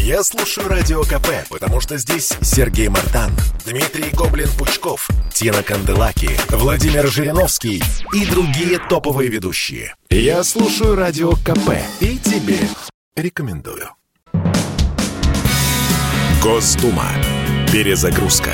Я слушаю Радио КП, потому что здесь Сергей Мартан, Дмитрий Гоблин-Пучков, Тина Канделаки, Владимир Жириновский и другие топовые ведущие. Я слушаю Радио КП и тебе рекомендую. Госдума. Перезагрузка.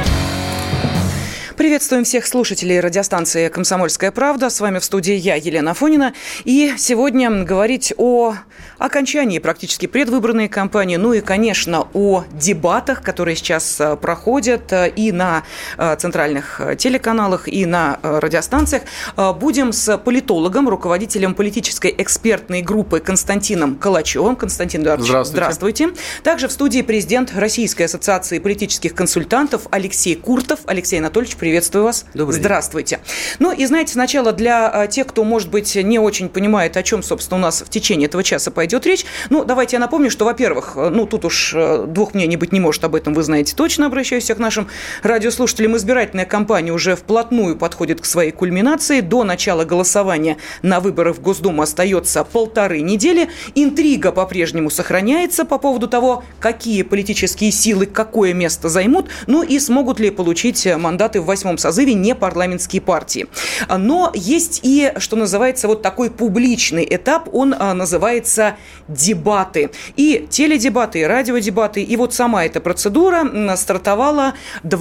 Приветствуем всех слушателей радиостанции «Комсомольская правда». С вами в студии я, Елена Афонина. И сегодня говорить о окончании практически предвыборной кампании, ну и, конечно, о дебатах, которые сейчас проходят и на центральных телеканалах, и на радиостанциях. Будем с политологом, руководителем политической экспертной группы Константином Калачевым. Константин Эдуардович, здравствуйте. Также в студии президент Российской ассоциации политических консультантов Алексей Куртов. Алексей Анатольевич, приветствую вас. Добрый день. Здравствуйте. Ну и, знаете, сначала для тех, кто, может быть, не очень понимает, о чем, собственно, у нас в течение этого часа пойдет речь, ну, давайте я напомню, что, во-первых, ну, тут уж двух мнений быть не может, об этом вы знаете точно, обращаюсь к нашим радиослушателям. Избирательная кампания уже вплотную подходит к своей кульминации. До начала голосования на выборы в Госдуму остается 1,5 недели. Интрига по-прежнему сохраняется по поводу того, какие политические силы какое место займут, ну и смогут ли получить мандаты в 8-м созыве непарламентские партии. Но есть и, что называется, вот такой публичный этап, он называется дебаты. И теледебаты, и радиодебаты, и вот сама эта процедура стартовала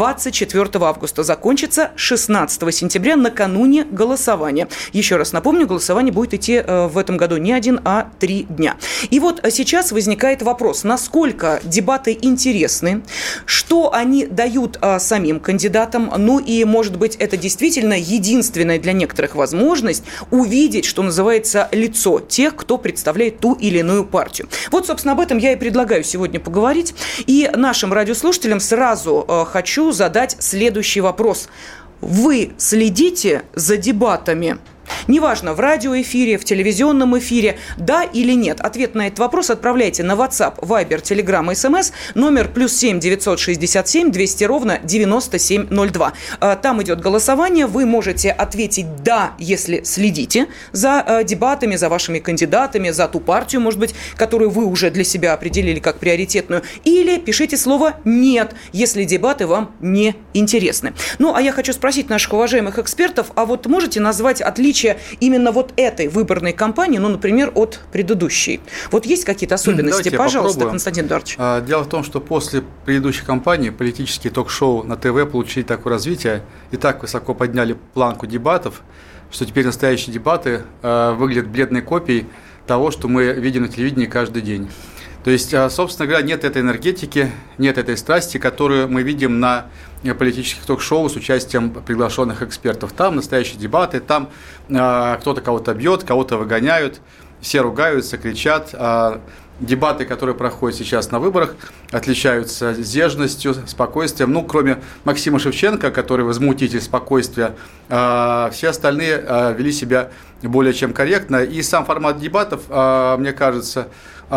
24 августа, закончится 16 сентября, накануне голосования. Еще раз напомню, голосование будет идти в этом году не 1, а 3 дня. И вот сейчас возникает вопрос, насколько дебаты интересны, что они дают самим кандидатам, ну и, может быть, это действительно единственная для некоторых возможность увидеть, что называется, лицо тех, кто представляет ту или иную партию. Вот, собственно, об этом я и предлагаю сегодня поговорить. И нашим радиослушателям сразу хочу задать следующий вопрос. Вы следите за дебатами? Неважно, в радиоэфире, в телевизионном эфире, да или нет. Ответ на этот вопрос отправляйте на WhatsApp, Viber, Telegram, SMS, номер +7 967 200 ровно 9702. Там идет голосование, вы можете ответить «да», если следите за дебатами, за вашими кандидатами, за ту партию, может быть, которую вы уже для себя определили как приоритетную, или пишите слово «нет», если дебаты вам не интересны. Ну, а я хочу спросить наших уважаемых экспертов, а вот можете назвать отличия именно вот этой выборной кампании, ну, например, от предыдущей? Вот есть какие-то особенности? Пожалуйста, Константин Эдуардович. Дело в том, что после предыдущей кампании политические ток-шоу на ТВ получили такое развитие и так высоко подняли планку дебатов, что теперь настоящие дебаты выглядят бледной копией того, что мы видим на телевидении каждый день. То есть, собственно говоря, нет этой энергетики, нет этой страсти, которую мы видим на политических ток-шоу с участием приглашенных экспертов. Там настоящие дебаты, там кто-то кого-то бьет, кого-то выгоняют, все ругаются, кричат. Дебаты, которые проходят сейчас на выборах, отличаются сдержанностью, спокойствием. Ну, кроме Максима Шевченко, который возмутитель спокойствия, все остальные вели себя более чем корректно. И сам формат дебатов, мне кажется,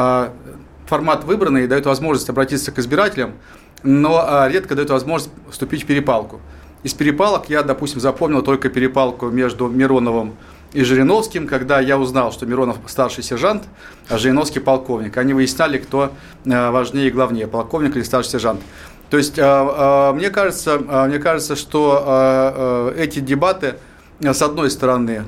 формат выбранный, дает возможность обратиться к избирателям, но редко дает возможность вступить в перепалку. Из перепалок я, допустим, запомнил только перепалку между Мироновым и Жириновским, когда я узнал, что Миронов старший сержант, а Жириновский полковник. Они выясняли, кто важнее и главнее, полковник или старший сержант. То есть, мне кажется, что эти дебаты, с одной стороны,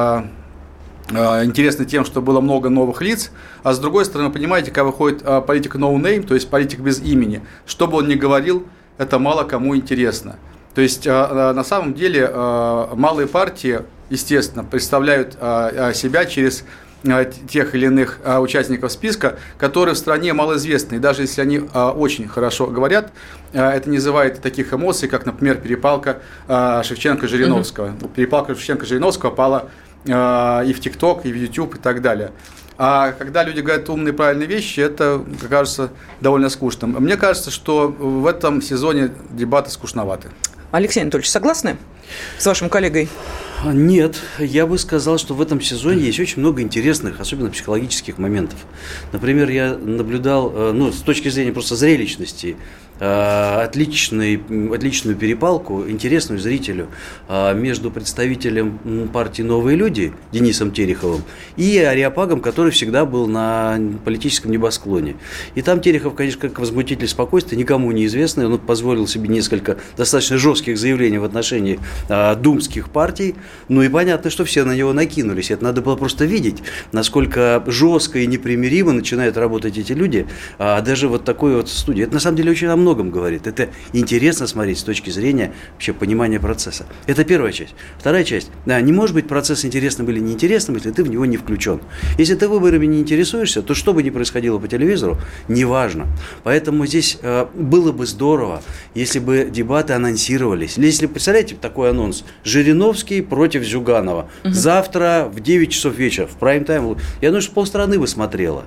интересны тем, что было много новых лиц, а с другой стороны, понимаете, когда выходит политик no name, то есть политик без имени, что бы он ни говорил, это мало кому интересно. То есть, на самом деле, малые партии, естественно, представляют себя через тех или иных участников списка, которые в стране малоизвестны. И даже если они очень хорошо говорят, это не вызывает таких эмоций, как, например, перепалка Шевченко-Жириновского. Перепалка Шевченко-Жириновского пала и в ТикТок, и в YouTube, и так далее. А когда люди говорят умные правильные вещи, это, кажется, довольно скучным. Мне кажется, что в этом сезоне дебаты скучноваты. Алексей Анатольевич, согласны с вашим коллегой? Нет, я бы сказал, что в этом сезоне есть очень много интересных, особенно психологических моментов. Например, я наблюдал, с точки зрения просто зрелищности, отличную перепалку, интересную зрителю, между представителем партии «Новые люди» Денисом Тереховым и Ариапагом, который всегда был на политическом небосклоне. И там Терехов, конечно, как возмутитель спокойствия, никому неизвестный, он позволил себе несколько достаточно жестких заявлений в отношении думских партий, ну и понятно, что все на него накинулись. Это надо было просто видеть, насколько жестко и непримиримо начинают работать эти люди, даже вот такой вот студии. Это на самом деле очень о многом говорит. Это интересно смотреть с точки зрения вообще понимания процесса. Это первая часть. Вторая часть. Да, не может быть процесс интересным или неинтересным, если ты в него не включен. Если ты выборами не интересуешься, то что бы ни происходило по телевизору, неважно. Поэтому здесь было бы здорово, если бы дебаты анонсировались. Если, представляете, такой анонс: Жириновский против Зюганова. Завтра в 9 часов вечера, в прайм-тайм. Я думаю, что полстраны бы смотрела.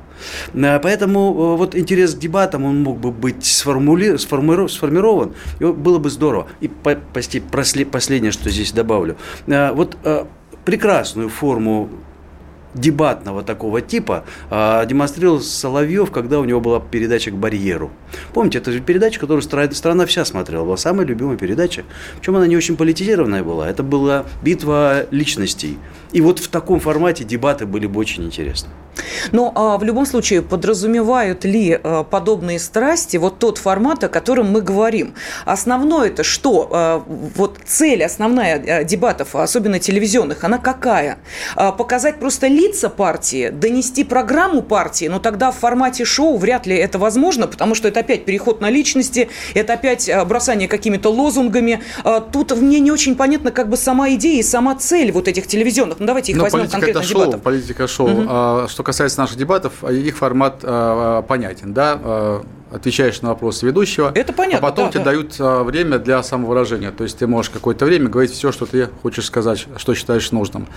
Поэтому вот интерес к дебатам, он мог бы быть сформирован, и было бы здорово. И последнее, что здесь добавлю. Вот прекрасную форму дебатного такого типа демонстрировал Соловьев, когда у него была передача «К барьеру». Помните, это же передача, которую страна вся смотрела, была самая любимая передача. Причем она не очень политизированная была, это была битва личностей. И вот в таком формате дебаты были бы очень интересны. Но в любом случае, подразумевают ли подобные страсти вот тот формат, о котором мы говорим? Основное это что? Вот цель основная дебатов, особенно телевизионных, она какая? Показать просто лица партии, донести программу партии, но тогда в формате шоу вряд ли это возможно, потому что это опять переход на личности, это опять бросание какими-то лозунгами. Тут мне не очень понятно как бы сама идея и сама цель вот этих телевизионных. Ну, давайте их возьмем конкретно дебатов. Политика шоу. Что касается наших дебатов, их формат понятен, да, отвечаешь на вопросы ведущего, это понятно, а потом тебе дают время для самовыражения, то есть ты можешь какое-то время говорить все, что ты хочешь сказать, что считаешь нужным.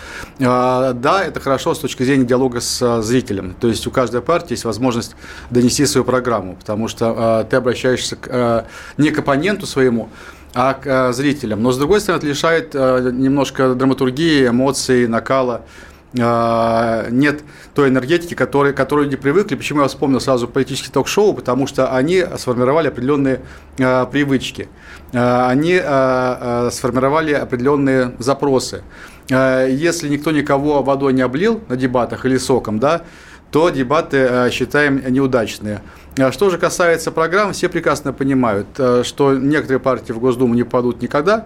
Да, это хорошо с точки зрения диалога с зрителем, то есть у каждой партии есть возможность донести свою программу, потому что ты обращаешься не к оппоненту своему, а к зрителям. Но, с другой стороны, это лишает немножко драматургии, эмоций, накала. Нет той энергетики, которой люди привыкли. Почему я вспомнил сразу политические ток-шоу? Потому что они сформировали определенные привычки. Они сформировали определенные запросы. Если никто никого водой не облил на дебатах или соком, да, то дебаты считаем неудачные. Что же касается программ, все прекрасно понимают, что некоторые партии в Госдуму не попадут никогда.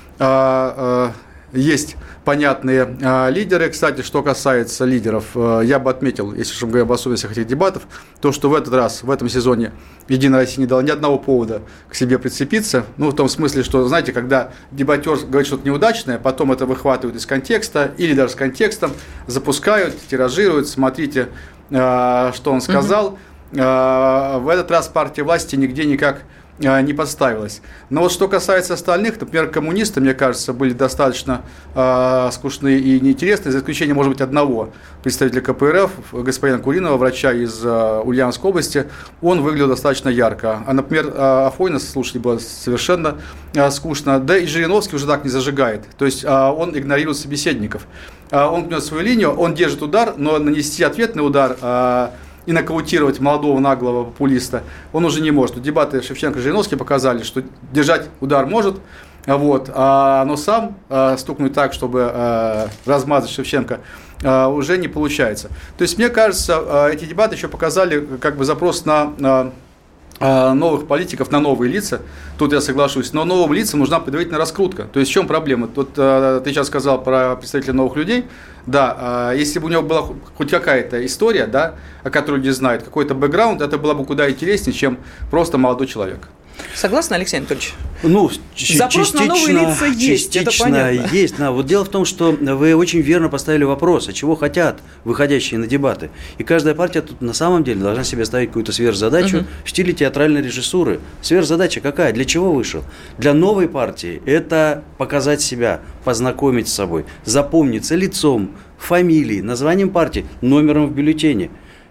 Есть понятные лидеры. Кстати, что касается лидеров, я бы отметил, если мы говорим об особенностях этих дебатов, то, что в этот раз, в этом сезоне «Единая Россия» не дала ни одного повода к себе прицепиться. Ну, в том смысле, что, знаете, когда дебатер говорит что-то неудачное, потом это выхватывают из контекста или даже с контекстом, запускают, тиражируют, смотрите, что он сказал. В этот раз партия власти нигде никак не подставилась. Но вот что касается остальных, например, коммунисты, мне кажется, были достаточно скучные и неинтересные, за исключением, может быть, одного представителя КПРФ, господина Куринова, врача из Ульяновской области. Он выглядел достаточно ярко. А, например, Афонина слушать было совершенно скучно. Да и Жириновский уже так не зажигает. То есть он игнорирует собеседников. Он гнет свою линию, он держит удар, но нанести ответный удар и нокаутировать молодого наглого популиста он уже не может. Дебаты Шевченко и Жириновский показали, что держать удар может, вот, но сам стукнуть так, чтобы размазать Шевченко, уже не получается. То есть, мне кажется, эти дебаты еще показали как бы запрос на новых политиков, на новые лица. Тут я соглашусь. Но новым лицам нужна предварительная раскрутка. То есть в чем проблема? Тут ты сейчас сказал про представителей новых людей. Да, если бы у него была хоть какая-то история, да, о которой люди знают, какой-то бэкграунд, это было бы куда интереснее, чем просто молодой человек. Согласны, Алексей Анатольевич? Ну, запрос на новые лица есть, это понятно. Есть. Да. Вот дело в том, что вы очень верно поставили вопрос, а чего хотят выходящие на дебаты. И каждая партия тут на самом деле должна себе ставить какую-то сверхзадачу в стиле театральной режиссуры. Сверхзадача какая? Для чего вышел? Для новой партии это показать себя, познакомить с собой, запомниться лицом, фамилией, названием партии, номером в бюллетене.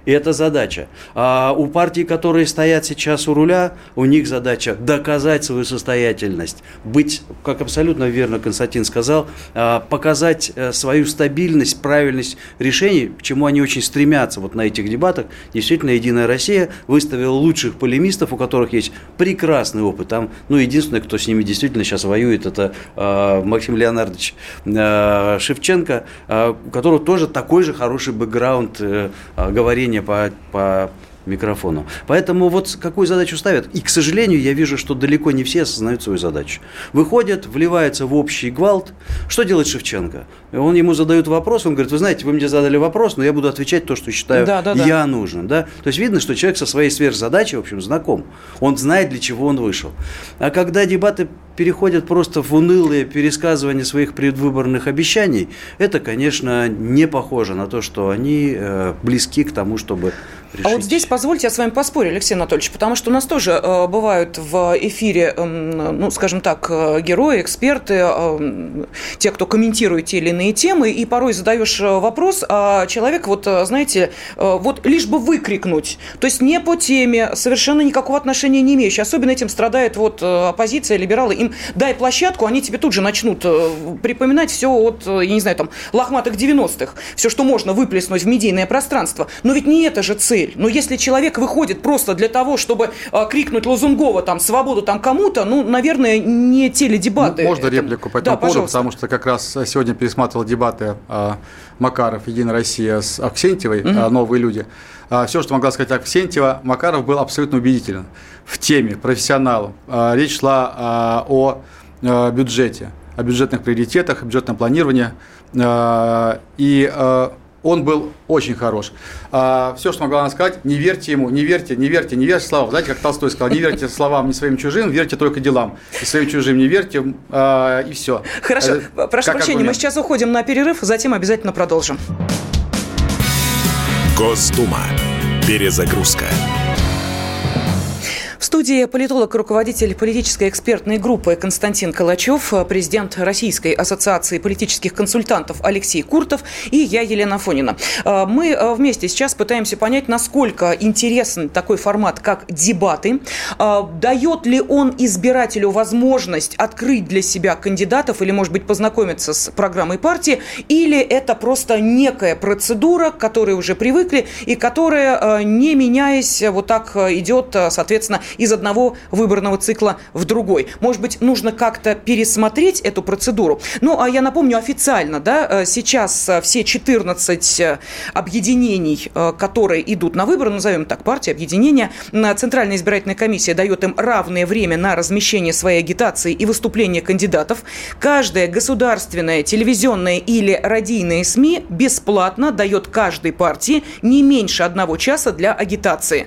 И это задача. А у партий, которые стоят сейчас у руля, у них задача доказать свою состоятельность, быть, как абсолютно верно Константин сказал, показать свою стабильность, правильность решений, к чему они очень стремятся вот на этих дебатах. Действительно, «Единая Россия» выставила лучших полемистов, у которых есть прекрасный опыт. Там, единственное, кто с ними действительно сейчас воюет, это Максим Леонардович Шевченко, у которого тоже такой же хороший бэкграунд говорения по микрофону. Поэтому вот какую задачу ставят. И, к сожалению, я вижу, что далеко не все осознают свою задачу. Выходят, вливаются в общий гвалт. Что делает Шевченко? Он ему задает вопрос, он говорит: вы знаете, вы мне задали вопрос, но я буду отвечать то, что считаю я нужным. Да? То есть видно, что человек со своей сверхзадачей, в общем, знаком. Он знает, для чего он вышел. А когда дебаты переходят просто в унылые пересказывания своих предвыборных обещаний, это, конечно, не похоже на то, что они близки к тому, чтобы решить. А вот здесь позвольте, я с вами поспорю, Алексей Анатольевич, потому что у нас тоже бывают в эфире, скажем так, герои, эксперты, те, кто комментирует те или иные темы, и порой задаешь вопрос, а человек, знаете, лишь бы выкрикнуть, то есть не по теме, совершенно никакого отношения не имеющий. Особенно этим страдает оппозиция, либералы. Им дай площадку, они тебе тут же начнут припоминать все от, лохматых 90-х, все, что можно выплеснуть в медийное пространство. Но ведь не это же цель. Но если человек выходит просто для того, чтобы крикнуть лозунгово свободу кому-то, наверное, не теледебаты. Можно реплику по этому поводу, потому что как раз сегодня пересматривал дебаты Макаров, «Единая Россия» с Аксентьевой, «Новые люди». Все, что могла сказать Аксентьева, Макаров был абсолютно убедителен в теме, профессионалом. Речь шла о бюджете, о бюджетных приоритетах, о бюджетном планировании. И он был очень хорош. Все, что могла она сказать: не верьте ему, не верьте словам. Знаете, как Толстой сказал: не верьте словам не своим чужим, верьте только делам. И своим чужим не верьте, и все. Хорошо, прошу прощения, мы сейчас уходим на перерыв, затем обязательно продолжим. Госдума. Перезагрузка. В студии политолог, руководитель политической экспертной группы Константин Калачев, президент Российской ассоциации политических консультантов Алексей Куртов и я, Елена Афонина. Мы вместе сейчас пытаемся понять, насколько интересен такой формат, как дебаты. Дает ли он избирателю возможность открыть для себя кандидатов или, может быть, познакомиться с программой партии, или это просто некая процедура, к которой уже привыкли и которая, не меняясь, так идет, соответственно, из одного выборного цикла в другой. Может быть, нужно как-то пересмотреть эту процедуру. А я напомню официально, сейчас все 14 объединений, которые идут на выборы, назовем так, партии, объединения, Центральная избирательная комиссия дает им равное время на размещение своей агитации и выступления кандидатов. Каждая государственная, телевизионная или радийная СМИ бесплатно дает каждой партии не меньше 1 часа для агитации.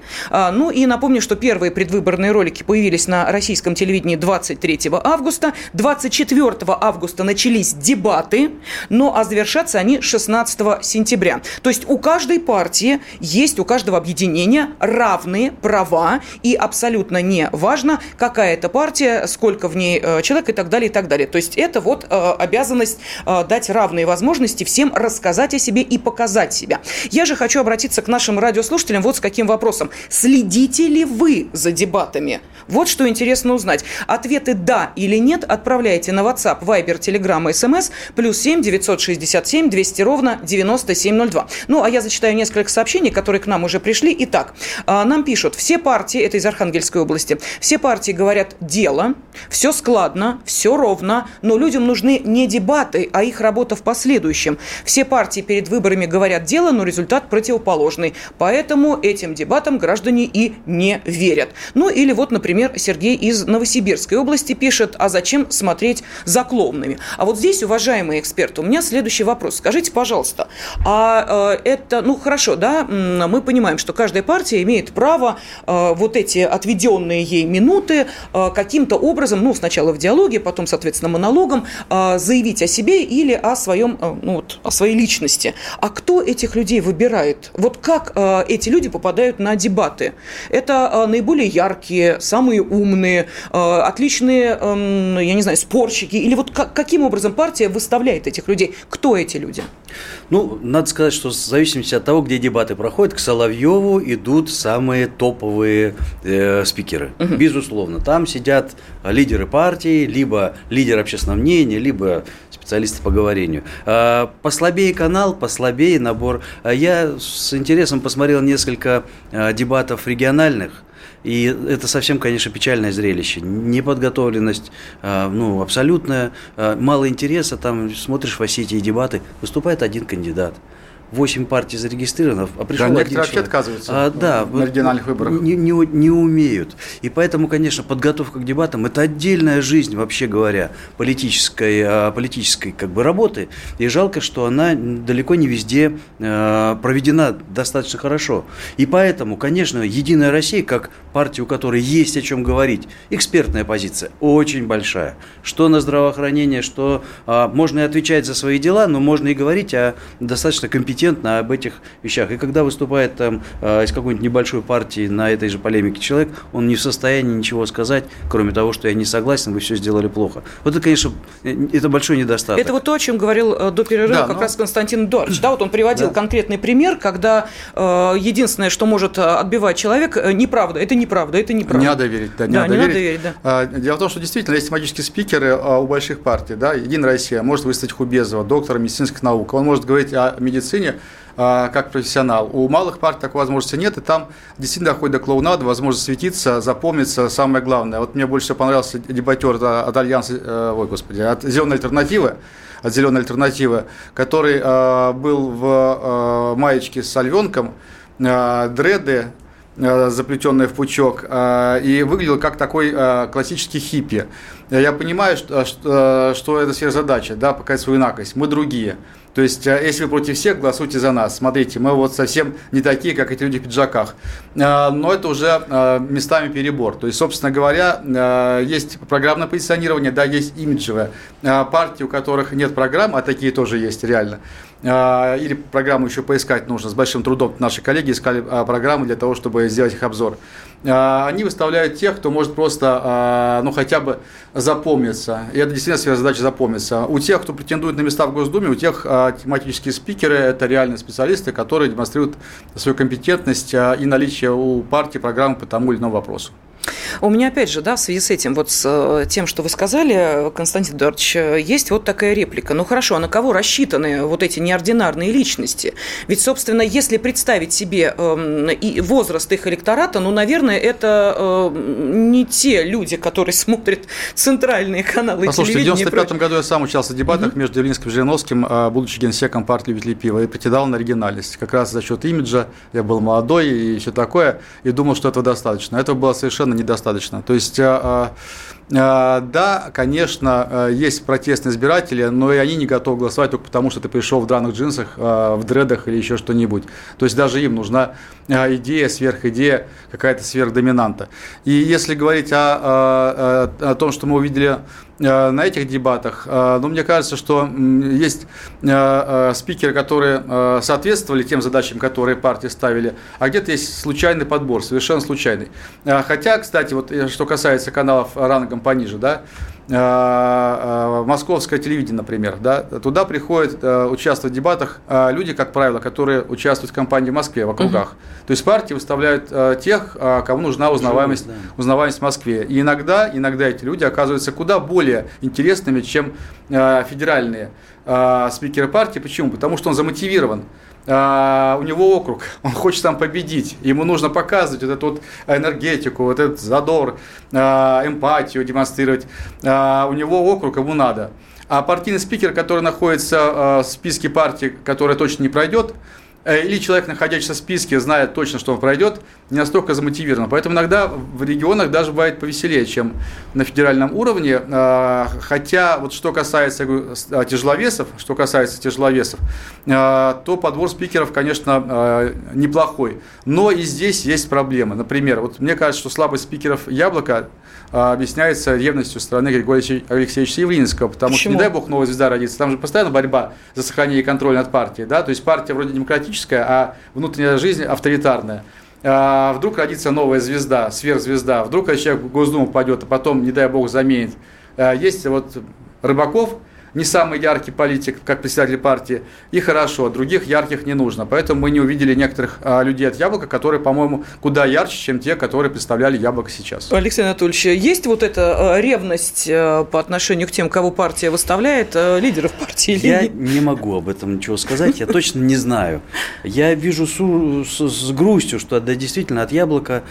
И напомню, что первые предвыборные ролики появились на российском телевидении 23 августа. 24 августа начались дебаты, а завершатся они 16 сентября. То есть у каждой партии есть, у каждого объединения равные права, и абсолютно не важно, какая это партия, сколько в ней человек и так далее, и так далее. То есть это обязанность дать равные возможности всем рассказать о себе и показать себя. Я же хочу обратиться к нашим радиослушателям с каким вопросом. Следите ли вы за дебатами? Вот что интересно узнать. Ответы «да» или «нет» отправляйте на WhatsApp, Viber, Telegram и SMS +7 967 200 ровно 9702. А я зачитаю несколько сообщений, которые к нам уже пришли. Итак, нам пишут: все партии, это из Архангельской области, все партии говорят дело, все складно, все ровно, но людям нужны не дебаты, а их работа в последующем. Все партии перед выборами говорят дело, но результат противоположный. Поэтому этим дебатам граждане и не верят. Или например, Сергей из Новосибирской области пишет: а зачем смотреть за клоунами? А здесь, уважаемые эксперты, у меня следующий вопрос. Скажите, пожалуйста, это, хорошо, мы понимаем, что каждая партия имеет право эти отведенные ей минуты каким-то образом, сначала в диалоге, потом, соответственно, монологом, заявить о себе или о своей личности. А кто этих людей выбирает? Как эти люди попадают на дебаты? Это наиболее яркие, самые умные, отличные, я не знаю, спорщики? Или вот каким образом партия выставляет этих людей? Кто эти люди? Ну, надо сказать, что в зависимости от того, где дебаты проходят, к Соловьеву идут самые топовые спикеры. Безусловно, там сидят лидеры партии, либо лидер общественного мнения, либо специалисты по говорению. Послабее канал, послабее набор. Я с интересом посмотрел несколько дебатов региональных. И это совсем, конечно, печальное зрелище. Неподготовленность, абсолютно мало интереса. Там смотришь в Осетии дебаты, выступает один кандидат. 8 партий зарегистрировано, а пришел один человек. Некоторые отказываются на региональных выборах. Не умеют. И поэтому, конечно, подготовка к дебатам – это отдельная жизнь, вообще говоря, политической как бы работы. И жалко, что она далеко не везде проведена достаточно хорошо. И поэтому, конечно, «Единая Россия», как партия, у которой есть о чем говорить, экспертная позиция очень большая. Что на здравоохранение, что можно и отвечать за свои дела, но можно и говорить о достаточно компетентном об этих вещах. И когда выступает там из какой-нибудь небольшой партии на этой же полемике человек, он не в состоянии ничего сказать, кроме того, что я не согласен, вы все сделали плохо. Вот это, конечно, это большой недостаток. Это вот то, о чем говорил до перерыва раз Константин Эдуардович. Да, вот он приводил конкретный пример, когда единственное, что может отбивать человек, неправда, это неправда, это неправда. Не надо верить, не надо верить. Дело в том, что действительно есть тематические спикеры у больших партий. Да? «Единая Россия» может выставить Хубезова, доктора медицинских наук. Он может говорить о медицине как профессионал. У малых партий такой возможности нет, и там действительно доходит до клоунады, возможность светиться, запомниться, самое главное. Вот мне больше всего понравился дебатер от Альянса, от «Зеленой альтернативы», который был в маечке с оленком, дреды, заплетенные в пучок, и выглядел как такой классический хиппи. Я понимаю, что это сверхзадача, да, показать свою инакость. Мы другие. То есть, если вы против всех, голосуйте за нас. Смотрите, мы вот совсем не такие, как эти люди в пиджаках. Но это уже местами перебор. То есть, собственно говоря, есть программное позиционирование, да, есть имиджевое. Партии, у которых нет программ, а такие тоже есть реально, или программу еще поискать нужно. С большим трудом наши коллеги искали программы для того, чтобы сделать их обзор. Они выставляют тех, кто может просто, хотя бы запомниться. И это действительно сверхзадача запомниться. У тех, кто претендует на места в Госдуме, у тех тематические спикеры – это реальные специалисты, которые демонстрируют свою компетентность и наличие у партии программы по тому или иному вопросу. У меня, опять же, в связи с этим, вот с тем, что вы сказали, Константин Эдуардович, есть вот такая реплика. Ну, хорошо, а на кого рассчитаны вот эти неординарные личности? Ведь, собственно, если представить себе и возраст их электората, наверное, это не те люди, которые смотрят центральные каналы телевидения. В 1995 году я сам участвовал в дебатах между Явлинским и Жириновским, будучи генсеком партии любителей пива, и претендовал на оригинальность. Как раз за счет имиджа, я был молодой и все такое, и думал, что этого достаточно. Этого было совершенно недостаточно. То есть, да, конечно, есть протестные избиратели, но и они не готовы голосовать только потому, что ты пришел в драных джинсах, в дредах или еще что-нибудь. То есть, даже им нужна идея, сверхидея, какая-то сверхдоминанта. И если говорить о том, что мы увидели на этих дебатах, мне кажется, что есть спикеры, которые соответствовали тем задачам, которые партии ставили, а где-то есть случайный подбор, совершенно случайный. Хотя, кстати, вот что касается каналов рангом пониже, да, московское телевидение, например, да, туда приходят участвовать в дебатах люди, как правило, которые участвуют в кампании в Москве, в округах. То есть партии выставляют тех, кому нужна узнаваемость в Москве. И иногда эти люди оказываются куда более интересными, чем федеральные спикеры партии. Почему? Потому что он замотивирован. У него округ, он хочет там победить, ему нужно показывать вот эту вот энергетику, вот этот задор, эмпатию демонстрировать. У него округ, ему надо. А партийный спикер, который находится в списке партии, которая точно не пройдет, или человек, находящийся в списке, знает точно, что он пройдет, не настолько замотивирован. Поэтому иногда в регионах даже бывает повеселее, чем на федеральном уровне. Хотя, вот что касается тяжеловесов, то подбор спикеров, конечно, неплохой. Но и здесь есть проблемы. Например, вот мне кажется, что слабость спикеров «Яблока» объясняется ревностью стороны Григория Алексеевича Явлинского, потому что, не дай бог, новая звезда родится, там же постоянно борьба за сохранение контроля над партией, да, то есть партия вроде демократическая, а внутренняя жизнь авторитарная. вдруг родится новая звезда, сверхзвезда, вдруг этот человек в Госдуму пойдет, а потом, не дай бог, заменит. Есть вот Рыбаков, не самый яркий политик, как председатель партии, и хорошо, других ярких не нужно. Поэтому мы не увидели некоторых людей от «Яблока», которые, по-моему, куда ярче, чем те, которые представляли «Яблоко» сейчас. Алексей Анатольевич, есть вот эта ревность по отношению к тем, кого партия выставляет, лидеров партии? Я не могу об этом ничего сказать, я точно не знаю. Я вижу с грустью, что да, действительно от «Яблока»,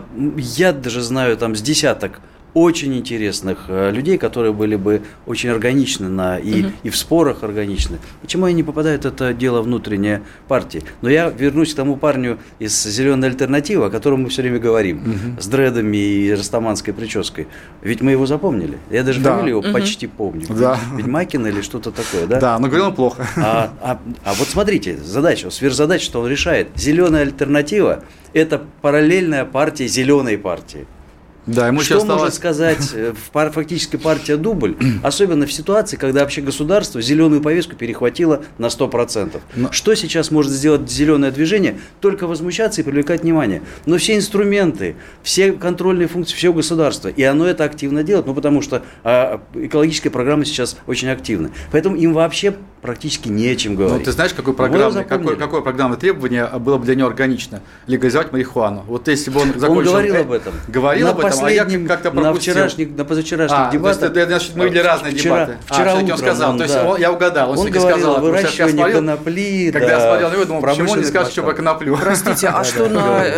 я даже знаю там с десяток очень интересных людей, которые были бы очень органичны и в спорах органичны. Почему они не попадают, это дело внутреннее партии. Но я вернусь к тому парню из «Зеленой альтернативы», о котором мы все время говорим, с дредами и растаманской прической. Ведь мы его запомнили. Я даже фамилию его почти помню. Да. Ведьмакин или что-то такое, да? Да, но говорил он плохо. А вот смотрите, сверхзадача, что он решает. «Зеленая альтернатива» – это параллельная партия зеленой партии. Да, ему что может сказать фактически партия «Дубль», особенно в ситуации, когда вообще государство зеленую повестку перехватило на 100%. Что сейчас может сделать зеленое движение? Только возмущаться и привлекать внимание. Но все инструменты, все контрольные функции, все государства, и оно это активно делает, потому что экологическая программа сейчас очень активна. Поэтому им вообще практически не о чем говорить. Ты знаешь, какое программное требование было бы для него органично? Легализовать марихуану. Вот если бы он закончил... Он говорил об этом. Говорил об этом, а я как-то пропустил. На позавчерашних дебатах. Значит, мы видели разные дебаты. Вчера утром. Он сказал, Он, то есть я угадал. Он говорил о выращивании конопли. Когда я смотрел на него, думал, почему он не скажет, что про коноплю? Простите, а что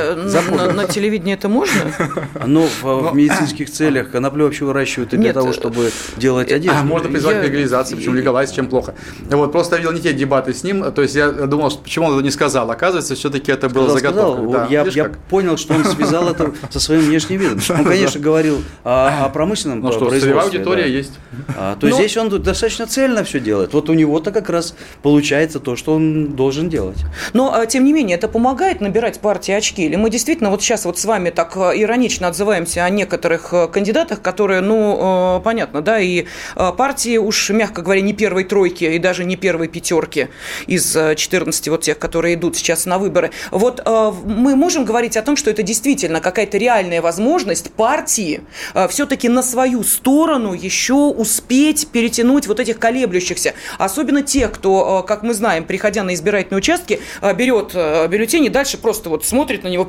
на телевидении это можно? Ну, в медицинских целях коноплю вообще выращивают и для того, чтобы делать одежду. Можно призвать к легализации, причем легалайз, чем плохо. Вот, просто видел не те дебаты с ним, то есть я думал, почему он это не сказал. Оказывается, все-таки это было заготовка. Я понял, что он связал это со своим внешним видом. Он, конечно, говорил о промышленном производстве. Целевая аудитория есть. То есть здесь он достаточно цельно все делает. Вот у него-то как раз получается то, что он должен делать. Но, тем не менее, это помогает набирать партии очки? Или мы действительно вот сейчас вот с вами так иронично отзываемся о некоторых кандидатах, которые, понятно, да, и партии уж, мягко говоря, не первой тройки и даже не первой пятерки из 14 вот тех, которые идут сейчас на выборы. Вот мы можем говорить о том, что это действительно какая-то реальная возможность партии все-таки на свою сторону еще успеть перетянуть вот этих колеблющихся. Особенно тех, кто, как мы знаем, приходя на избирательные участки, берет бюллетень и дальше просто вот смотрит на него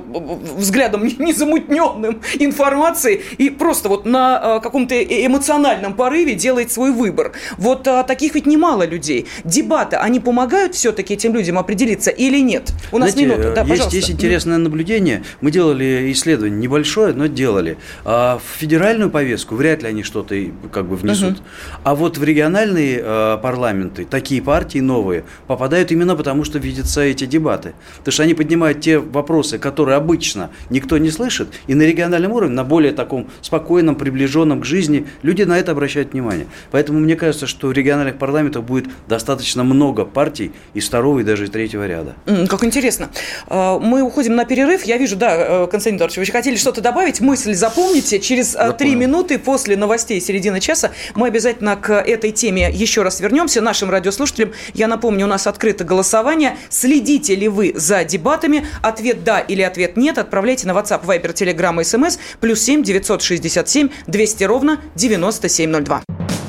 взглядом незамутненным информацией и просто вот на каком-то эмоциональном порыве делает свой выбор. Вот таких ведь немало людей. Дебаты, они помогают все-таки этим людям определиться или нет? У нас минута. Да, пожалуйста. Есть интересное наблюдение. Мы делали исследование небольшое, но делали. В федеральную повестку вряд ли они что-то как бы внесут. А вот в региональные парламенты такие партии новые попадают именно потому, что видятся эти дебаты. Потому что они поднимают те вопросы, которые обычно никто не слышит, и на региональном уровне, на более таком спокойном, приближенном к жизни, люди на это обращают внимание. Поэтому мне кажется, что в региональных парламентах будет достаточно много партий из второго и даже из третьего ряда. Как интересно. Мы уходим на перерыв. Я вижу, да, Константин Эдуардович, вы хотели что-то добавить? Мысль запомните. Через 3 минуты после новостей середины часа мы обязательно к этой теме еще раз вернемся. Нашим радиослушателям, я напомню, у нас открыто голосование. Следите ли вы за дебатами? Ответ «да» или ответ «нет» отправляйте на WhatsApp, Viber, Telegram и SMS +7 967 200 ровно 9702.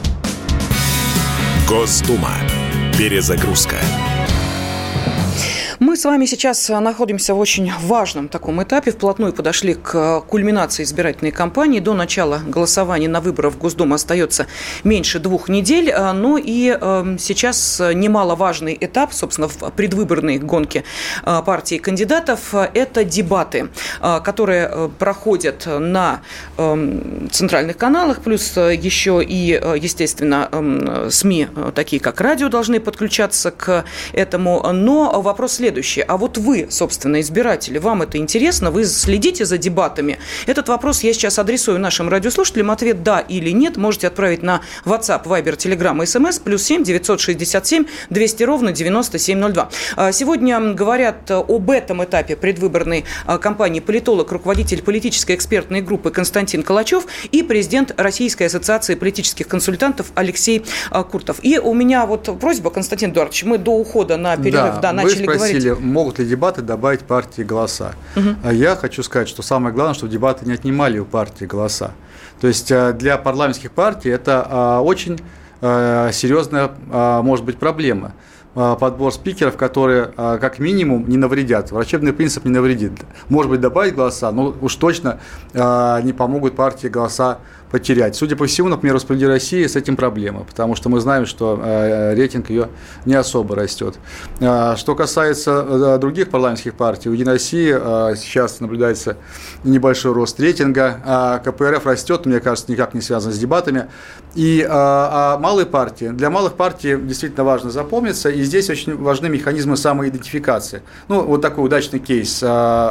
Госдума. Перезагрузка. Мы с вами сейчас находимся в очень важном таком этапе. Вплотную подошли к кульминации избирательной кампании. До начала голосования на выборах в Госдуму остается меньше 2 недель. Ну и сейчас немаловажный этап, собственно, в предвыборной гонке партий и кандидатов – это дебаты, которые проходят на центральных каналах, плюс еще и, естественно, СМИ, такие как радио, должны подключаться к этому. Но вопрос следующий. А вот вы, собственно, избиратели, вам это интересно? Вы следите за дебатами? Этот вопрос я сейчас адресую нашим радиослушателям. Ответ «да» или «нет» можете отправить на WhatsApp, Viber, Telegram и SMS +7 967 200 ровно 9702. Сегодня говорят об этом этапе предвыборной кампании политолог, руководитель политической экспертной группы Константин Калачев и президент Российской ассоциации политических консультантов Алексей Куртов. И у меня вот просьба, Константин Эдуардович, мы до ухода на перерыв начали говорить. могут ли дебаты добавить партии голоса. Я хочу сказать, что самое главное, чтобы дебаты не отнимали у партии голоса. То есть для парламентских партий это очень серьезная, может быть, проблема. Подбор спикеров, которые как минимум не навредят. Врачебный принцип не навредит. Может быть, добавить голоса, но уж точно не помогут партии голоса потерять. Судя по всему, например, у «Справедливой России» с этим проблема, потому что мы знаем, что рейтинг ее не особо растет. Что касается других парламентских партий, у «Единой России» сейчас наблюдается небольшой рост рейтинга, КПРФ растет, мне кажется, никак не связано с дебатами. И малые партии, для малых партий действительно важно запомниться, и здесь очень важны механизмы самоидентификации. Ну, вот такой удачный кейс.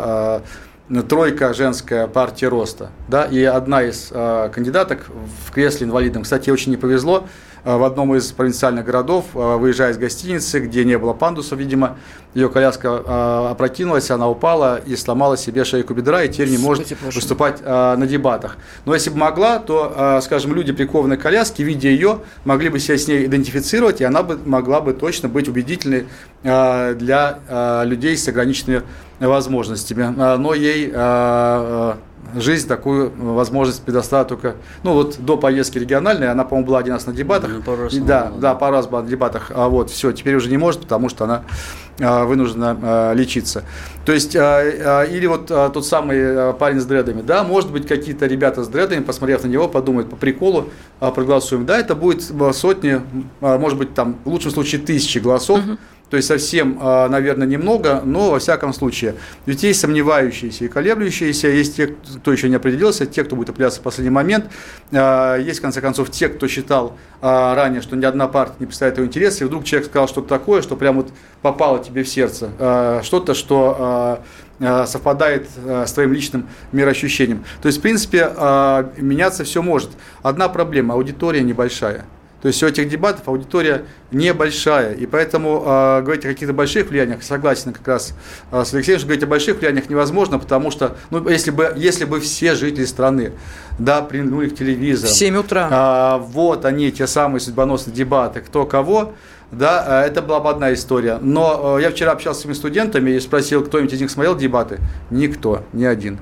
Тройка женская партия роста, да, и одна из кандидаток в кресле инвалидном, кстати, ей очень не повезло, в одном из провинциальных городов, выезжая из гостиницы, где не было пандусов, видимо, ее коляска опрокинулась, она упала и сломала себе шейку бедра, и теперь не может выступать на дебатах. Но если бы могла, то, скажем, люди, прикованные к коляске, видя ее, могли бы себя с ней идентифицировать, и она бы могла бы точно быть убедительной для людей с ограниченными возможностями. Но ей жизнь такую возможность предоставила только, ну вот до поездки региональной, она, по-моему, была один раз на дебатах. Пару раз была на дебатах, а вот все, теперь уже не может, потому что она вынуждена лечиться. То есть, или вот тот самый парень с дредами, да, может быть, какие-то ребята с дредами, посмотрев на него, подумают по приколу, проголосуем. Да, это будет сотни, может быть, там, в лучшем случае 1000 голосов. То есть совсем, наверное, немного, но во всяком случае. Ведь есть сомневающиеся и колеблющиеся, есть те, кто еще не определился, те, кто будет определяться в последний момент. Есть, в конце концов, те, кто считал ранее, что ни одна партия не представляет его интересы, и вдруг человек сказал что-то такое, что прям вот попало тебе в сердце, что-то, что совпадает с твоим личным мироощущением. То есть, в принципе, меняться все может. Одна проблема – аудитория небольшая. То есть у этих дебатов аудитория небольшая, и поэтому говорить о каких-то больших влияниях, согласен как раз с Алексеем, что говорить о больших влияниях невозможно, потому что, ну, если бы все жители страны, да, примкнули к телевизору, в 7 утра, вот они, те самые судьбоносные дебаты, кто кого, да, это была бы одна история. Но я вчера общался с своими студентами и спросил, кто-нибудь из них смотрел дебаты? Никто, ни один.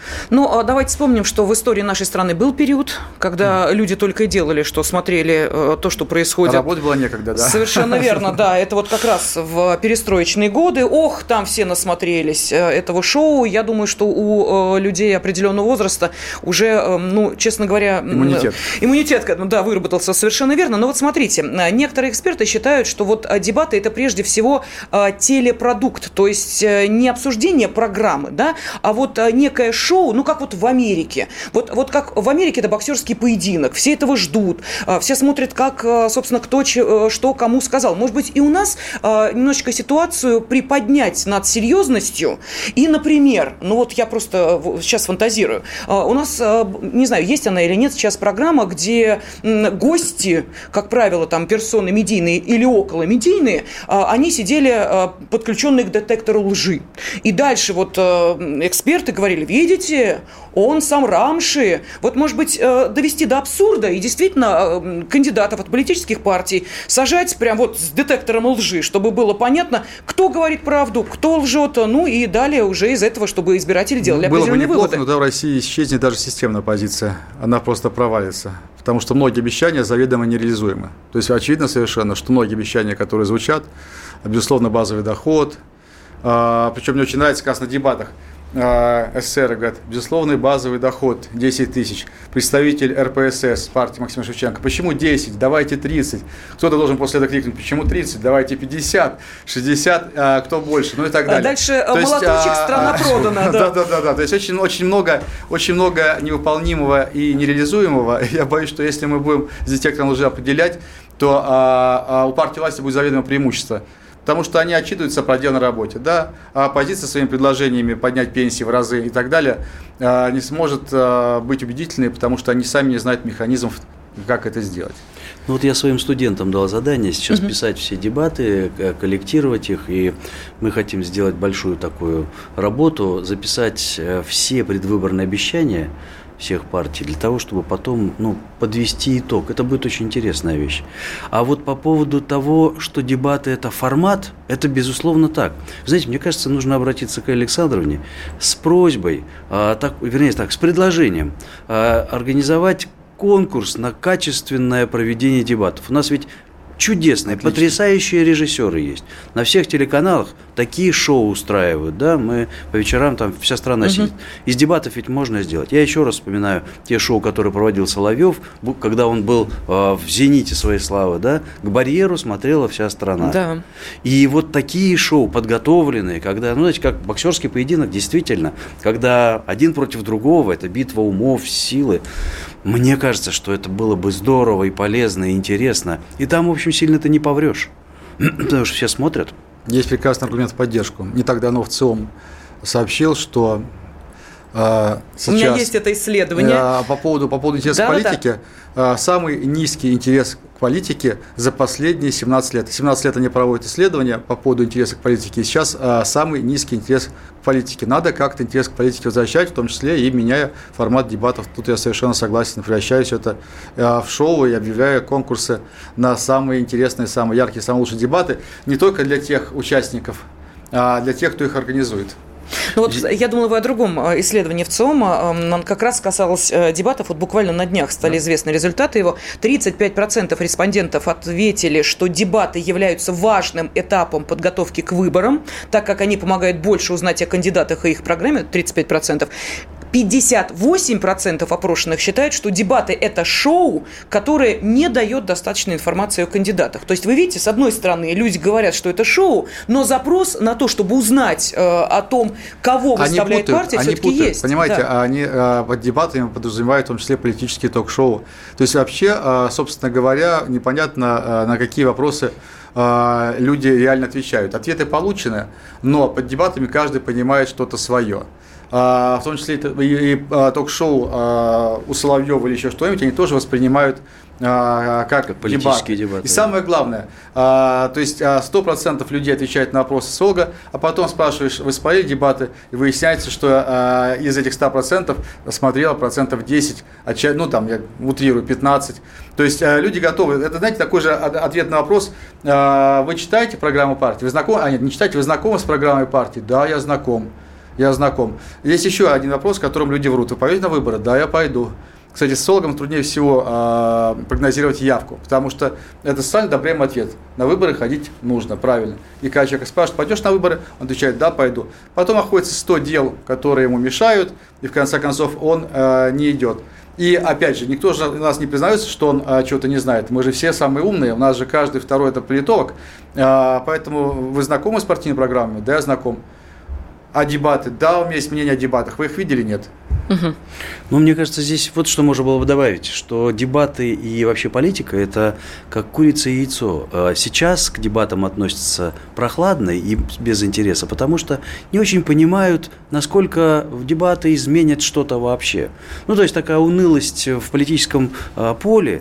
Ну, давайте вспомним, что в истории нашей страны был период, когда люди только и делали, что смотрели то, что происходит. Работать было некогда, да? Совершенно верно, да. Это вот как раз в перестроечные годы. Ох, там все насмотрелись этого шоу. Я думаю, что у людей определенного возраста уже, ну, честно говоря... Иммунитет, да, выработался совершенно верно. Но вот смотрите, некоторые эксперты считают, что вот дебаты – это прежде всего телепродукт, то есть не обсуждение программы, да, а вот некое шоу, ну, как вот в Америке. Вот как в Америке это боксерский поединок. Все этого ждут. Все смотрят, как, собственно, кто что кому сказал. Может быть, и у нас немножечко ситуацию приподнять над серьезностью. И, например, ну вот я просто сейчас фантазирую. У нас, не знаю, есть она или нет, сейчас программа, где гости, как правило, там персоны медийные или околомедийные, они сидели подключенные к детектору лжи. И дальше вот эксперты говорили, видите, он сам Рамши. Вот, может быть, довести до абсурда и действительно кандидатов от политических партий сажать прям вот с детектором лжи, чтобы было понятно, кто говорит правду, кто лжет, ну и далее уже из этого, чтобы избиратели делали определенные выводы. Было бы неплохо, но тогда в России исчезнет даже системная позиция. Она просто провалится. Потому что многие обещания заведомо нереализуемы. То есть очевидно совершенно, что многие обещания, которые звучат, безусловно, базовый доход, причем мне очень нравится как раз на дебатах, СССР говорят, безусловный базовый доход 10 тысяч. Представитель РПСС партии Максима Шевченко, почему 10, давайте 30. Кто-то должен после этого крикнуть, почему 30, давайте 50, 60, кто больше, ну и так далее. Дальше молоточек, страна продана. Да. То есть очень много невыполнимого и нереализуемого. Я боюсь, что если мы будем с детектором лжи определять, то у партии власти будет заведомо преимущество. Потому что они отчитываются о проделанной работе, да, а оппозиция своими предложениями поднять пенсии в разы и так далее не сможет быть убедительной, потому что они сами не знают механизмов, как это сделать. Ну вот я своим студентам дал задание сейчас писать все дебаты, коллектировать их, и мы хотим сделать большую такую работу, записать все предвыборные обещания всех партий, для того, чтобы потом подвести итог. Это будет очень интересная вещь. А вот по поводу того, что дебаты – это формат, это безусловно так. Знаете, мне кажется, нужно обратиться к Александровне с просьбой, с предложением организовать конкурс на качественное проведение дебатов. У нас ведь чудесные, потрясающие режиссеры есть. На всех телеканалах такие шоу устраивают, да, мы по вечерам, там вся страна сидит. Из дебатов ведь можно сделать. Я еще раз вспоминаю те шоу, которые проводил Соловьев, когда он был в зените своей славы, да, к барьеру смотрела вся страна. Да. И вот такие шоу подготовленные, когда, знаете, как боксерский поединок, действительно, когда один против другого, это битва умов, силы. Мне кажется, что это было бы здорово и полезно, и интересно. И там, в общем, сильно ты не поврешь, потому что все смотрят. Есть прекрасный аргумент в поддержку. Не так давно ВЦИОМ сообщил, что сейчас... У меня есть это исследование. По поводу интереса к политике, самый низкий интерес к политике за последние 17 лет. 17 лет они проводят исследования по поводу интереса к политике, и сейчас самый низкий интерес к политике. Надо как-то интерес к политике возвращать, в том числе и меняя формат дебатов. Тут я совершенно согласен, превращаюсь это в шоу и объявляю конкурсы на самые интересные, самые яркие, самые лучшие дебаты, не только для тех участников, а для тех, кто их организует. Ну вот я думала, вы о другом исследовании ВЦИОМа. Он как раз касалось дебатов. Вот буквально на днях стали известны результаты его. 35% респондентов ответили, что дебаты являются важным этапом подготовки к выборам, так как они помогают больше узнать о кандидатах и их программе. 35%. 58% опрошенных считают, что дебаты – это шоу, которое не дает достаточной информации о кандидатах. То есть, вы видите, с одной стороны, люди говорят, что это шоу, но запрос на то, чтобы узнать о том, кого выставляет партия, все-таки есть. Понимаете, да. Они под дебатами подразумевают в том числе политические ток-шоу. То есть, вообще, собственно говоря, непонятно, на какие вопросы люди реально отвечают. Ответы получены, но под дебатами каждый понимает что-то свое. В том числе и ток-шоу у Соловьева или еще что-нибудь, они тоже воспринимают как политические дебаты. И самое главное, то есть 100% людей отвечают на вопросы социолога, а потом спрашиваешь, вы смотрели дебаты, и выясняется, что из этих 100% смотрело 10%, я утрирую, 15%. То есть люди готовы. Это, знаете, такой же ответ на вопрос, вы читаете программу партии? Вы знакомы? Нет, не читаете, вы знакомы с программой партии? Да, я знаком. Есть еще один вопрос, в котором люди врут. Вы пойдете на выборы? Да, я пойду. Кстати, с социологом труднее всего прогнозировать явку, потому что это социально одобряемый ответ. На выборы ходить нужно, правильно. И когда человек спрашивает, пойдешь на выборы? Он отвечает, да, пойду. Потом находится 100 дел, которые ему мешают, и в конце концов он не идет. И опять же, никто же у нас не признается, что он чего-то не знает. Мы же все самые умные, у нас же каждый второй это политолог. Поэтому вы знакомы с партийными программами? Да, я знаком. А дебаты? Да, у меня есть мнение о дебатах. Вы их видели, нет? Ну, мне кажется, здесь вот что можно было бы добавить, что дебаты и вообще политика – это как курица и яйцо. Сейчас к дебатам относятся прохладно и без интереса, потому что не очень понимают, насколько дебаты изменят что-то вообще. Ну, то есть такая унылость в политическом поле,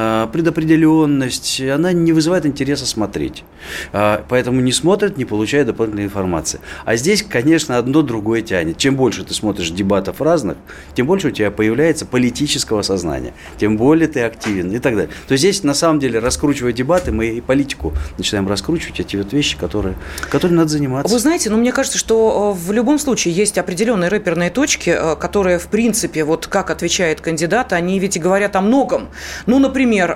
предопределенность, она не вызывает интереса смотреть. Поэтому не смотрят, не получают дополнительной информации. А здесь, конечно, одно другое тянет. Чем больше ты смотришь дебатов разных, тем больше у тебя появляется политического сознания, тем более ты активен и так далее. То есть здесь, на самом деле, раскручивая дебаты, мы и политику начинаем раскручивать, эти вот вещи, которыми надо заниматься. Вы знаете, мне кажется, что в любом случае есть определенные рэперные точки, которые, в принципе, вот как отвечает кандидат, они ведь и говорят о многом. Ну, например,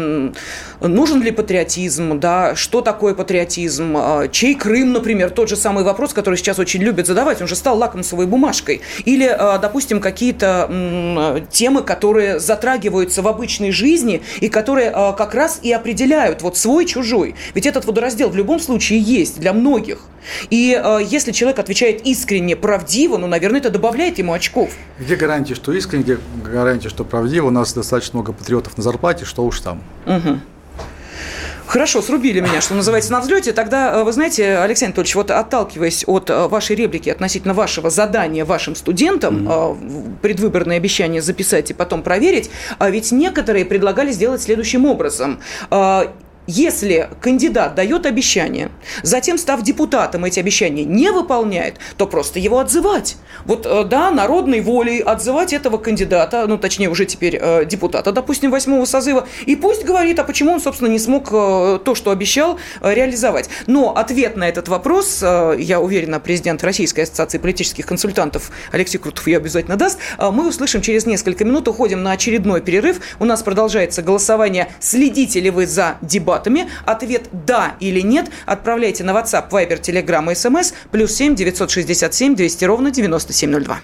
нужен ли патриотизм, да, что такое патриотизм, чей Крым, например, тот же самый вопрос, который сейчас очень любят задавать, он же стал лакмусовой бумажкой. Или, допустим, какие-то темы, которые затрагиваются в обычной жизни и которые как раз и определяют вот свой-чужой. Ведь этот водораздел в любом случае есть для многих. И если человек отвечает искренне, правдиво, наверное, это добавляет ему очков. Где гарантия, что искренне, где гарантия, что правдиво? У нас достаточно много патриотов на зарплате, что уж там. Угу. Хорошо, срубили меня, что называется, на взлете. Тогда, вы знаете, Алексей Анатольевич, вот отталкиваясь от вашей реплики относительно вашего задания вашим студентам, предвыборные обещания записать и потом проверить, ведь некоторые предлагали сделать следующим образом. Если кандидат дает обещание, затем, став депутатом, эти обещания не выполняет, то просто его отзывать. Вот, да, народной волей отзывать этого кандидата, ну, точнее, уже теперь депутата, допустим, 8-го созыва, и пусть говорит, а почему он, собственно, не смог то, что обещал, реализовать. Но ответ на этот вопрос, я уверена, президент Российской ассоциации политических консультантов Алексей Крутов ее обязательно даст, мы услышим через несколько минут. Уходим на очередной перерыв. У нас продолжается голосование. Следите ли вы за дебатами? Ответ «да» или «нет» отправляйте на WhatsApp, Viber, Telegram и SMS +7 967 200 ровно 9702.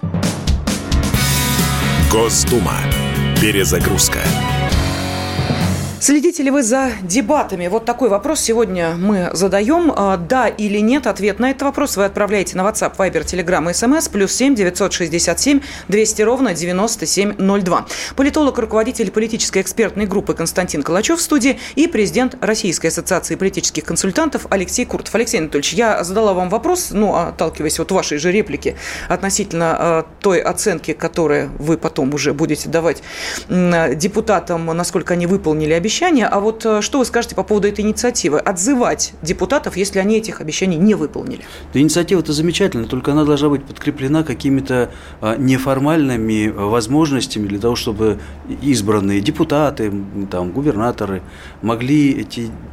Госдума. Перезагрузка. Следите ли вы за дебатами? Вот такой вопрос сегодня мы задаем. Да или нет? Ответ на этот вопрос вы отправляете на WhatsApp, Viber, Telegram и SMS +7 967 200 ровно 9702. Политолог, руководитель политической экспертной группы Константин Калачев в студии и президент Российской ассоциации политических консультантов Алексей Куртов. Алексей Анатольевич, я задала вам вопрос, отталкиваясь от вашей же реплики относительно той оценки, которую вы потом уже будете давать депутатам, насколько они выполнили обещания. А вот что вы скажете по поводу этой инициативы? Отзывать депутатов, если они этих обещаний не выполнили? Да, инициатива-то замечательная, только она должна быть подкреплена какими-то неформальными возможностями для того, чтобы избранные депутаты, там, губернаторы могли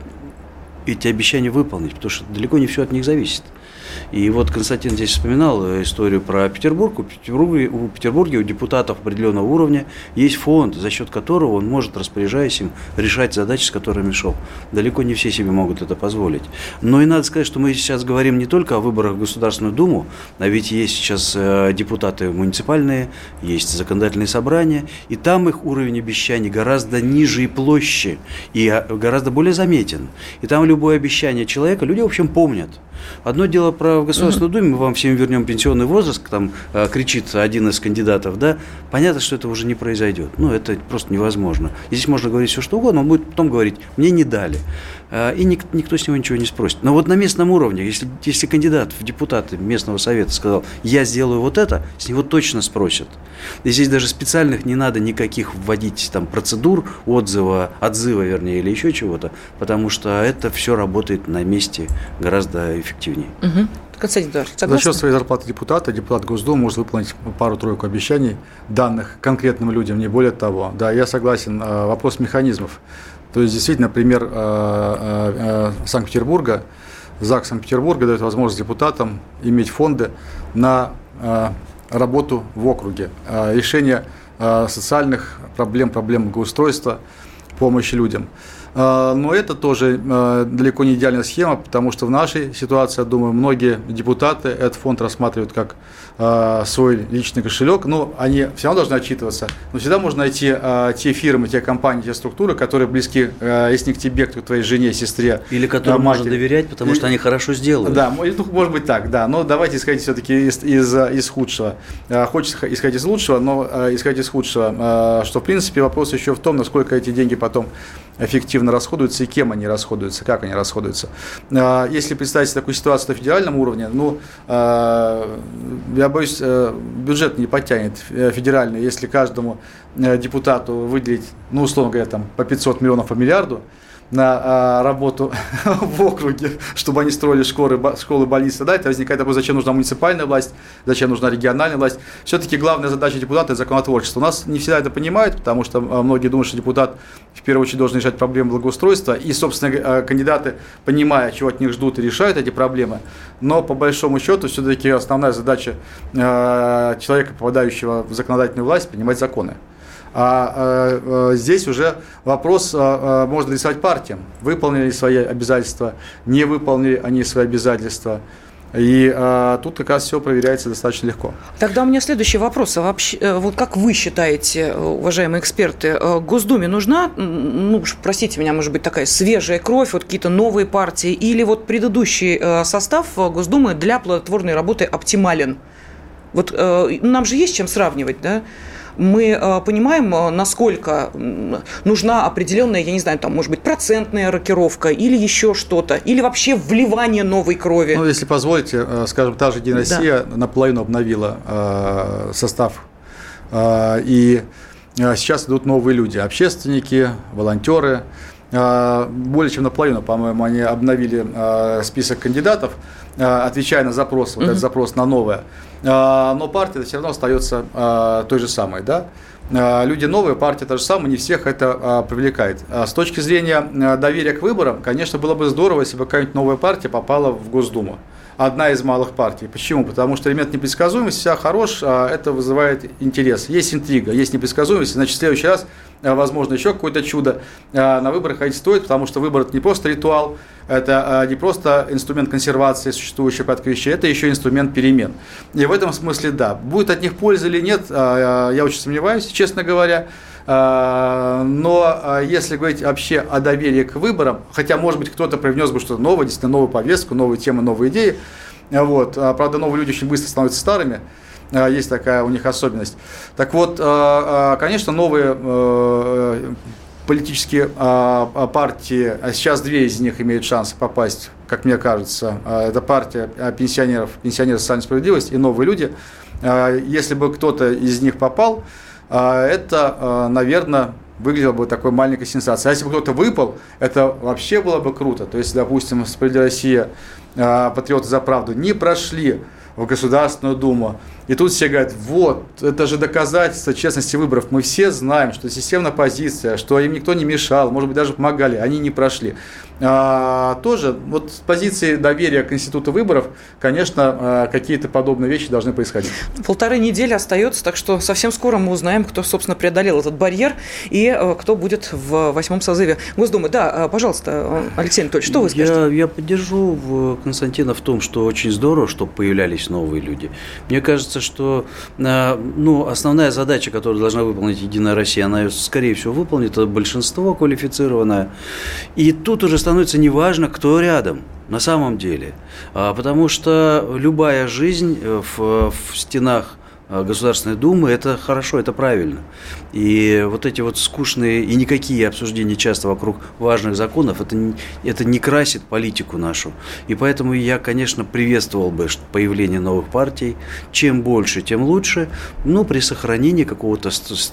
эти обещания выполнить, потому что далеко не все от них зависит. И вот Константин здесь вспоминал историю про Петербург. У Петербурга у депутатов определенного уровня есть фонд, за счет которого он может, распоряжаясь им, решать задачи, с которыми шел. Далеко не все себе могут это позволить. Но и надо сказать, что мы сейчас говорим не только о выборах в Государственную Думу, а ведь есть сейчас депутаты муниципальные, есть законодательные собрания, и там их уровень обещаний гораздо ниже и площе, и гораздо более заметен. И там любое обещание человека люди, в общем, помнят. Одно дело в Государственной Думе, мы вам всем вернем пенсионный возраст, там кричит один из кандидатов, да, понятно, что это уже не произойдет. Это просто невозможно. Здесь можно говорить все, что угодно, он будет потом говорить, мне не дали. И никто с него ничего не спросит. Но вот на местном уровне, если кандидат в депутаты местного совета сказал, я сделаю вот это, с него точно спросят. И здесь даже специальных не надо никаких вводить там процедур, отзыва или еще чего-то, потому что это все работает на месте гораздо эффективнее. Константин Эдуардович, согласны? За счет своей зарплаты депутат Госдумы может выполнить пару-тройку обещаний, данных конкретным людям, не более того. Да, я согласен. Вопрос механизмов. То есть, действительно, например, Санкт-Петербурга, ЗАГС Санкт-Петербурга дает возможность депутатам иметь фонды на работу в округе, решение социальных проблем благоустройства, помощи людям. Но это тоже далеко не идеальная схема, потому что в нашей ситуации, я думаю, многие депутаты этот фонд рассматривают как свой личный кошелек. Они все равно должны отчитываться, но всегда можно найти те фирмы, те компании, те структуры, которые близки, если не к тебе, то к твоей жене, сестре. Или которым можно доверять, потому что они хорошо сделают. Да, может быть так, да. Но давайте исходить все-таки из худшего. Хочется исходить из лучшего, но исходить из худшего. Что, в принципе, вопрос еще в том, насколько эти деньги потом эффективно расходуются и кем они расходуются, как они расходуются. Если представить такую ситуацию на федеральном уровне, я боюсь, бюджет не потянет федеральный, если каждому депутату выделить, условно говоря, по 500 миллионов по миллиарду на работу в округе, чтобы они строили школы, больницы. Да, это возникает вопрос, зачем нужна муниципальная власть, зачем нужна региональная власть. Все-таки главная задача депутата – это законотворчество. У нас не всегда это понимают, потому что многие думают, что депутат в первую очередь должен решать проблемы благоустройства. И, собственно, кандидаты, понимая, чего от них ждут, и решают эти проблемы. Но, по большому счету, все-таки основная задача человека, попадающего в законодательную власть – принимать законы. Здесь уже вопрос можно рисовать партиям. Выполнили ли свои обязательства, не выполнили они свои обязательства. И тут как раз все проверяется достаточно легко. Тогда у меня следующий вопрос. Вот как вы считаете, уважаемые эксперты, Госдуме нужна, простите меня, может быть, такая свежая кровь, вот какие-то новые партии, или вот предыдущий состав Госдумы для плодотворной работы оптимален? Вот нам же есть чем сравнивать, да? мы понимаем, насколько нужна определенная, я не знаю, там, может быть, процентная рокировка или еще что-то, или вообще вливание новой крови? Ну, если позволите, скажем, та же «Единая Россия» наполовину обновила состав, и сейчас идут новые люди, общественники, волонтеры. Более чем наполовину, по-моему, они обновили список кандидатов, отвечая на запрос, вот этот запрос на новое. Но партия все равно остается той же самой, да? Люди новые, партия та же самая, не всех это привлекает. С точки зрения доверия к выборам, конечно, было бы здорово, если бы какая-нибудь новая партия попала в Госдуму. Одна из малых партий. Почему? Потому что элемент непредсказуемости всегда хорош, это вызывает интерес. Есть интрига, есть непредсказуемость, значит, в следующий раз, возможно, еще какое-то чудо на выборах ходить стоит, потому что выбор – это не просто ритуал, это не просто инструмент консервации существующего порядка вещей, это еще инструмент перемен. И в этом смысле, да, будет от них польза или нет, я очень сомневаюсь, честно говоря. Но если говорить вообще о доверии к выборам, хотя, может быть, кто-то привнес бы что-то новое, действительно новую повестку, новые темы, новые идеи, вот, правда, новые люди очень быстро становятся старыми, есть такая у них особенность. Так вот, конечно, новые политические партии, а сейчас две из них имеют шанс попасть, как мне кажется, это партия пенсионеров социальной справедливости и новые люди. Если бы кто-то из них попал, это, наверное, выглядело бы такой маленькой сенсацией. А если бы кто-то выпал, это вообще было бы круто. То есть, допустим, «Справедливая Россия», «Патриоты за правду» не прошли в Государственную Думу. И тут все говорят, вот, это же доказательство честности выборов. Мы все знаем, что системная позиция, что им никто не мешал, может быть, даже помогали, они не прошли. Тоже вот с позиции доверия к институту выборов, конечно, какие-то подобные вещи должны происходить. 1,5 недели остается, так что совсем скоро мы узнаем, кто, собственно, преодолел этот барьер и кто будет в 8-м созыве Госдумы. Да, пожалуйста, Алексей Анатольевич, что вы скажете? Я поддержу Константина в том, что очень здорово, что появлялись новые люди. Мне кажется, что основная задача, которую должна выполнить «Единая Россия», она ее, скорее всего, выполнит, это большинство квалифицированное. И тут уже становится неважно, кто рядом на самом деле. Потому что любая жизнь в стенах Государственной Думы – это хорошо, это правильно. И вот эти вот скучные и никакие обсуждения часто вокруг важных законов, это не красит политику нашу. И поэтому я, конечно, приветствовал бы появление новых партий. Чем больше, тем лучше. Но при сохранении какого-то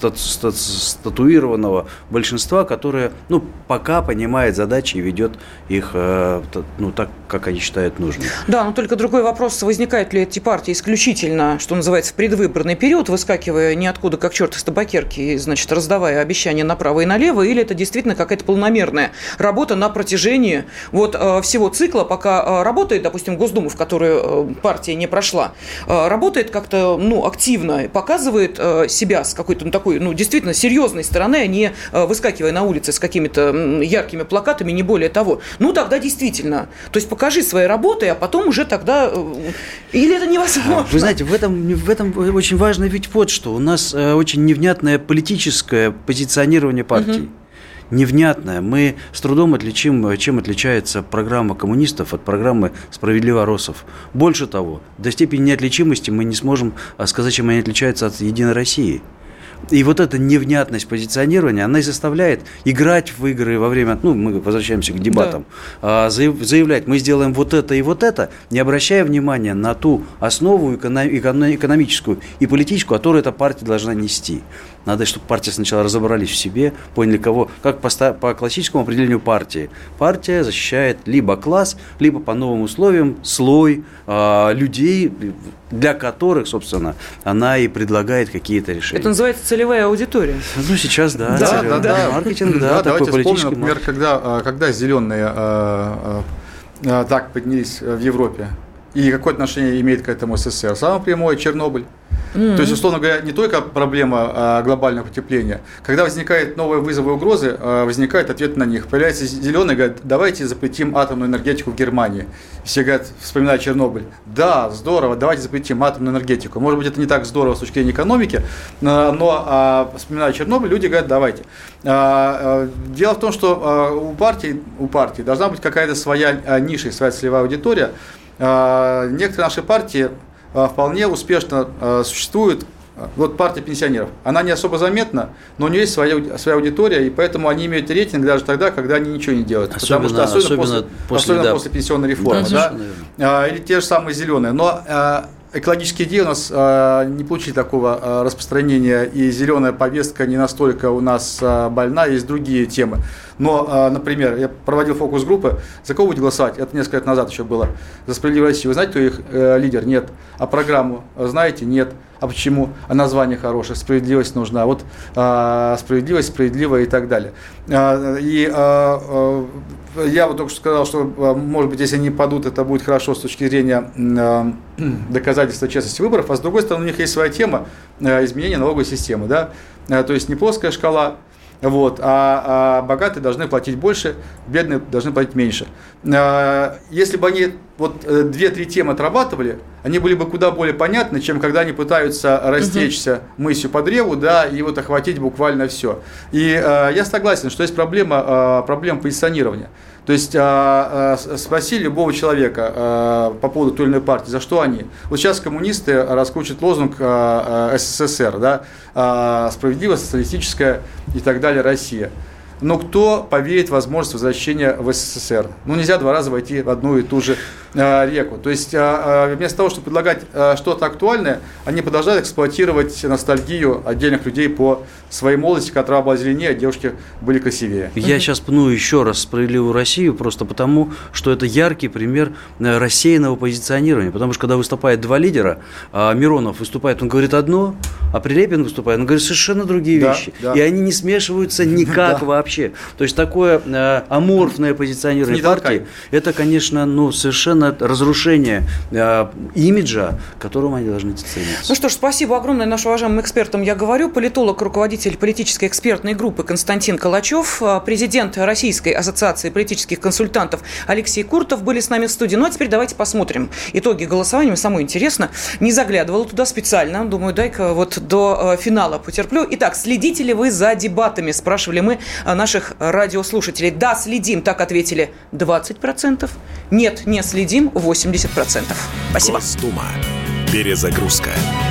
статуированного большинства, которое пока понимает задачи и ведет их так, как они считают нужным. Да, но только другой вопрос, возникают ли эти партии исключительно, что называется, в предвыборный период, выскакивая ниоткуда, как черт из табакерки, и, значит, раздавая обещания направо и налево, или это действительно какая-то полномерная работа на протяжении всего цикла, пока работает, допустим, Госдума, в которую партия не прошла, работает как-то активно, показывает себя с какой-то такой действительно серьезной стороны, а не выскакивая на улице с какими-то яркими плакатами, не более того. Тогда действительно. То есть покажи свои работы, а потом уже тогда... Или это невозможно? Вы знаете, в этом очень важно ведь вот что. У нас очень невнятное политическое позиционирование партий. Невнятное. Мы с трудом отличим, чем отличается программа коммунистов от программы справедливоросов. Больше того, до степени неотличимости мы не сможем сказать, чем они отличаются от «Единой России». И вот эта невнятность позиционирования, она и заставляет играть в игры во время, мы возвращаемся к дебатам, заявлять, мы сделаем вот это и вот это, не обращая внимания на ту основу экономическую и политическую, которую эта партия должна нести. Надо, чтобы партии сначала разобрались в себе, поняли, как по классическому определению партии. Партия защищает либо класс, либо по новым условиям слой людей, для которых, собственно, она и предлагает какие-то решения. Это называется целевая аудитория. Сейчас, да. Маркетинг, такой политический. Например, когда зеленые так поднялись в Европе, и какое отношение имеет к этому СССР? Самое прямое – Чернобыль. То есть, условно говоря, не только проблема глобального потепления. Когда возникают новые вызовы и угрозы, возникает ответ на них. Появляется зеленый, говорит, давайте запретим атомную энергетику в Германии. Все говорят, вспоминают Чернобыль. Да, здорово, давайте запретим атомную энергетику. Может быть, это не так здорово с точки зрения экономики, но вспоминая Чернобыль, люди говорят, давайте. Дело в том, что у партии должна быть какая-то своя ниша, своя целевая аудитория. Некоторые наши партии вполне успешно существуют Вот партия пенсионеров, она не особо заметна, но у нее есть своя аудитория, и поэтому они имеют рейтинг даже тогда, когда они ничего не делают. Особенно после пенсионной реформы. Да? Или те же самые зеленые. Но экологические идеи у нас не получили такого распространения, и зеленая повестка не настолько у нас больна, есть другие темы. Но, например, я проводил фокус-группы, за кого будете голосовать? Это несколько лет назад еще было. За «Справедливую Россию». Вы знаете, кто их лидер? Нет. А программу знаете? Нет. А почему? А название хорошее, справедливость нужна. Вот справедливость, справедливая и так далее. И я вот только что сказал, что, может быть, если они падут, это будет хорошо с точки зрения доказательства честности выборов. А с другой стороны, у них есть своя тема изменения налоговой системы. Да? То есть не плоская шкала, вот, а богатые должны платить больше, бедные должны платить меньше. Если бы они вот 2-3 темы отрабатывали, они были бы куда более понятны, чем когда они пытаются растечься мысью по древу, да, и вот охватить буквально все. И я согласен, что есть проблема позиционирования. То есть спроси любого человека по поводу той или иной партии, за что они. Вот сейчас коммунисты раскручивают лозунг СССР, да, справедливая, социалистическая и так далее Россия. Но кто поверит в возможность возвращения в СССР? Ну, нельзя 2 раза войти в одну и ту же реку. То есть, вместо того, чтобы предлагать что-то актуальное, они продолжают эксплуатировать ностальгию отдельных людей по своей молодости, которая была зеленее, а девушки были красивее. Я сейчас пну еще раз «Справедливую Россию», просто потому, что это яркий пример рассеянного позиционирования. Потому что, когда выступает 2 лидера, Миронов выступает, он говорит одно, а Прилепин выступает, он говорит совершенно другие вещи. Да. И они не смешиваются никак вообще. То есть, такое аморфное позиционирование партии, это, конечно, совершенно разрушение имиджа, которому они должны цениться. Ну что ж, спасибо огромное нашим уважаемым экспертам. Я говорю, политолог, руководитель политической экспертной группы Константин Калачев, президент Российской ассоциации политических консультантов Алексей Куртов были с нами в студии. Ну а теперь давайте посмотрим итоги голосования. Мне самой интересно. Не заглядывала туда специально. Думаю, дай-ка вот до финала потерплю. Итак, следите ли вы за дебатами? Спрашивали мы наших радиослушателей. Да, следим, так ответили 20%. Нет, не следим 80%. Спасибо. Госдума. Перезагрузка.